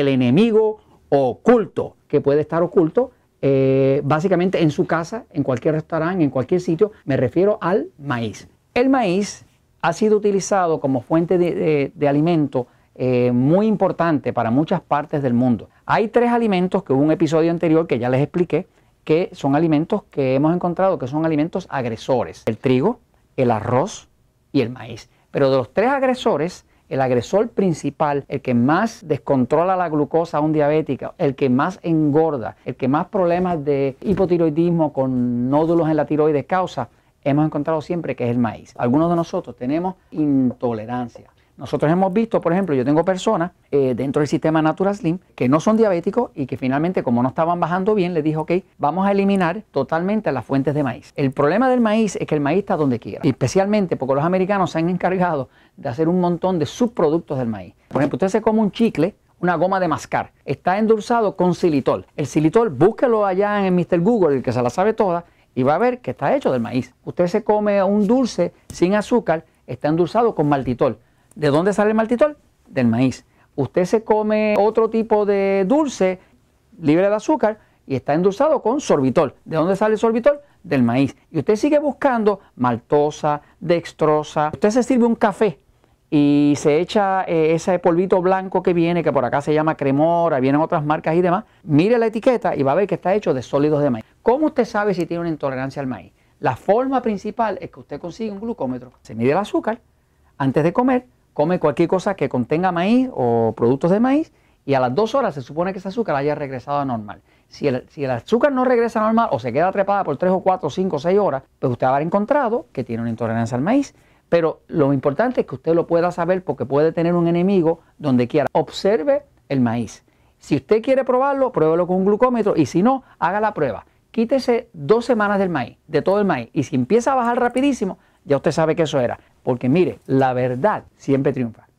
el enemigo oculto, que puede estar oculto básicamente en su casa, en cualquier restaurante, en cualquier sitio. Me refiero al maíz. El maíz ha sido utilizado como fuente de alimento muy importante para muchas partes del mundo. Hay 3 alimentos que hubo un episodio anterior que ya les expliqué, que son alimentos que hemos encontrado que son alimentos agresores: el trigo, el arroz y el maíz. Pero de los 3 agresores, el agresor principal, el que más descontrola la glucosa a un diabético, el que más engorda, el que más problemas de hipotiroidismo con nódulos en la tiroides causa, hemos encontrado siempre que es el maíz. Algunos de nosotros tenemos intolerancia. Nosotros hemos visto, por ejemplo, yo tengo personas dentro del sistema Natural Slim que no son diabéticos y que finalmente, como no estaban bajando bien, les dije, ok, vamos a eliminar totalmente las fuentes de maíz. El problema del maíz es que el maíz está donde quiera, y especialmente porque los americanos se han encargado de hacer un montón de subproductos del maíz. Por ejemplo, usted se come un chicle, una goma de mascar, está endulzado con xilitol. El xilitol, búsquelo allá en Mr. Google, el que se la sabe toda, y va a ver que está hecho del maíz. Usted se come un dulce sin azúcar, está endulzado con maltitol. ¿De dónde sale el maltitol? Del maíz. Usted se come otro tipo de dulce libre de azúcar y está endulzado con sorbitol. ¿De dónde sale el sorbitol? Del maíz. Y usted sigue buscando maltosa, dextrosa. Usted se sirve un café y se echa ese polvito blanco que viene, que por acá se llama Cremora, vienen otras marcas y demás. Mire la etiqueta y va a ver que está hecho de sólidos de maíz. ¿Cómo usted sabe si tiene una intolerancia al maíz? La forma principal es que usted consigue un glucómetro, se mide el azúcar, antes de comer, come cualquier cosa que contenga maíz o productos de maíz, y a las 2 horas se supone que ese azúcar haya regresado a normal. Si el azúcar no regresa a normal o se queda trepada por 3 o 4, 5 o 6 horas, pues usted habrá encontrado que tiene una intolerancia al maíz. Pero lo importante es que usted lo pueda saber, porque puede tener un enemigo donde quiera. Observe el maíz. Si usted quiere probarlo, pruébelo con un glucómetro, y si no, haga la prueba. Quítese 2 semanas del maíz, de todo el maíz, y si empieza a bajar rapidísimo, ya usted sabe que eso era. Porque mire, la verdad siempre triunfa.